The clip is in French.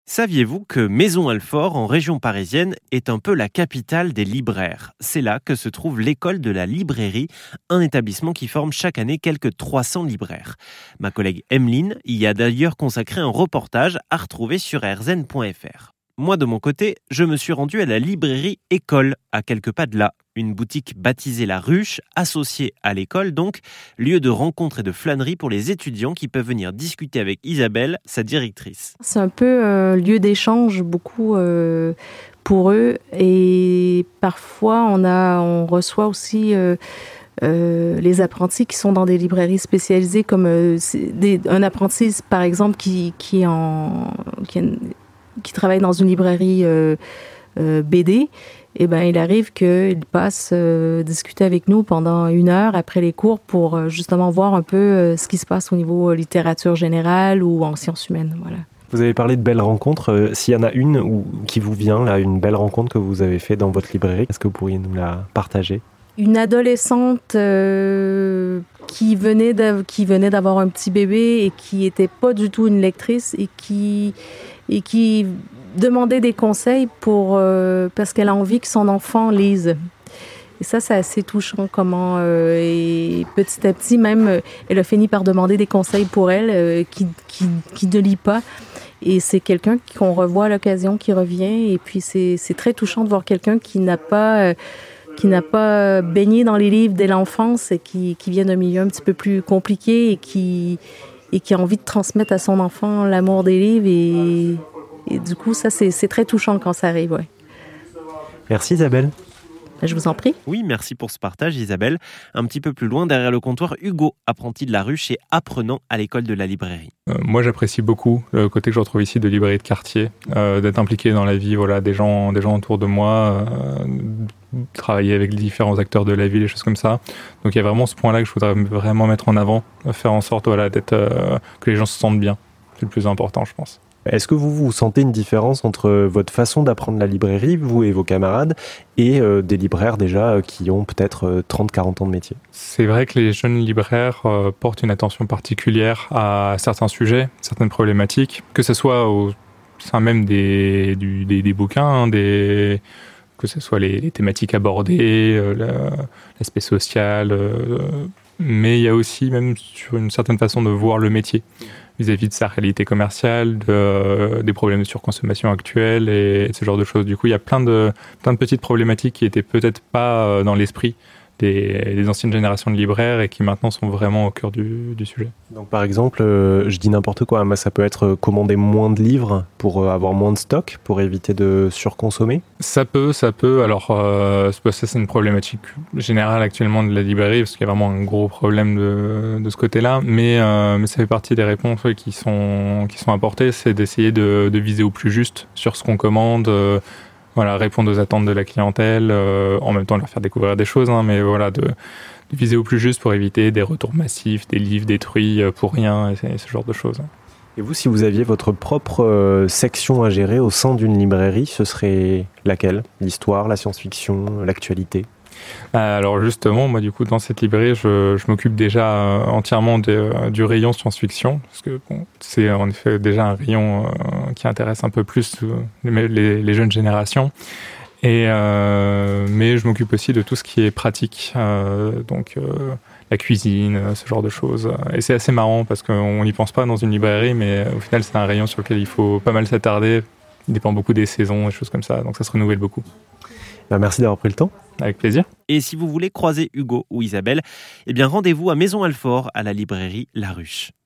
Saviez-vous que Maisons-Alfort, en région parisienne, est un peu la capitale des libraires ? C'est là que se trouve l'école de la librairie, un établissement qui forme chaque année quelques 300 libraires. Ma collègue Emeline y a d'ailleurs consacré un reportage à retrouver sur rzn.fr. Moi, de mon côté, je me suis rendu à la librairie École, à quelques pas de là. Une boutique baptisée La Ruche, associée à l'école donc, lieu de rencontre et de flânerie pour les étudiants qui peuvent venir discuter avec Isabelle, sa directrice. C'est un peu un lieu d'échange beaucoup pour eux, et parfois on reçoit aussi les apprentis qui sont dans des librairies spécialisées, comme un apprenti par exemple qui travaille dans une librairie BD. Eh ben, il arrive qu'il passe discuter avec nous pendant 1 heure après les cours pour justement voir un peu ce qui se passe au niveau littérature générale ou en sciences humaines. Voilà. Vous avez parlé de belles rencontres. S'il y en a une qui vous vient, là, une belle rencontre que vous avez faite dans votre librairie, est-ce que vous pourriez nous la partager ? Une adolescente qui venait d'avoir un petit bébé et qui n'était pas du tout une lectrice et qui demandait des conseils parce qu'elle a envie que son enfant lise. Et ça, c'est assez touchant comment... et petit à petit, même, elle a fini par demander des conseils pour elle qui ne lit pas. Et c'est quelqu'un qu'on revoit à l'occasion, qui revient. Et puis, c'est très touchant de voir quelqu'un qui n'a pas baigné dans les livres dès l'enfance et qui vient d'un milieu un petit peu plus compliqué et qui a envie de transmettre à son enfant l'amour des livres. Et du coup, ça, c'est très touchant quand ça arrive. Ouais. Merci Isabelle. Je vous en prie. Oui, merci pour ce partage Isabelle. Un petit peu plus loin, derrière le comptoir, Hugo, apprenti de La Ruche et apprenant à l'école de la librairie. Moi, j'apprécie beaucoup le côté que je retrouve ici de librairie de quartier, d'être impliqué dans la vie, des gens autour de moi, travailler avec les différents acteurs de la ville, des choses comme ça. Donc il y a vraiment ce point-là que je voudrais vraiment mettre en avant, faire en sorte que les gens se sentent bien. C'est le plus important, je pense. Est-ce que vous sentez une différence entre votre façon d'apprendre la librairie, vous et vos camarades, et des libraires déjà qui ont peut-être 30-40 ans de métier ? C'est vrai que les jeunes libraires portent une attention particulière à certains sujets, certaines problématiques, que ce soit au sein même des bouquins, que ce soit les thématiques abordées, l'aspect social, mais il y a aussi même sur une certaine façon de voir le métier vis-à-vis de sa réalité commerciale, des problèmes de surconsommation actuels et ce genre de choses. Du coup, il y a plein de petites problématiques qui étaient peut-être pas dans l'esprit des anciennes générations de libraires et qui maintenant sont vraiment au cœur du sujet. Donc par exemple, je dis n'importe quoi, mais ça peut être commander moins de livres pour avoir moins de stock, pour éviter de surconsommer ? Ça peut. Alors, ça c'est une problématique générale actuellement de la librairie, parce qu'il y a vraiment un gros problème de ce côté-là, mais ça fait partie des réponses qui sont apportées, c'est d'essayer de viser au plus juste sur ce qu'on commande, répondre aux attentes de la clientèle, en même temps leur faire découvrir des choses, mais de viser au plus juste pour éviter des retours massifs, des livres détruits pour rien, et ce genre de choses. Et vous, si vous aviez votre propre section à gérer au sein d'une librairie, ce serait laquelle ? L'histoire, la science-fiction, l'actualité ? Alors justement, moi du coup dans cette librairie, je m'occupe déjà entièrement du rayon science-fiction, parce que c'est en effet déjà un rayon qui intéresse un peu plus les jeunes générations. Mais je m'occupe aussi de tout ce qui est pratique, la cuisine, ce genre de choses. Et c'est assez marrant parce qu'on n'y pense pas dans une librairie, mais au final c'est un rayon sur lequel il faut pas mal s'attarder. Il dépend beaucoup des saisons et choses comme ça, donc ça se renouvelle beaucoup. Merci d'avoir pris le temps. Avec plaisir. Et si vous voulez croiser Hugo ou Isabelle, rendez-vous à Maisons-Alfort, à la librairie La Ruche.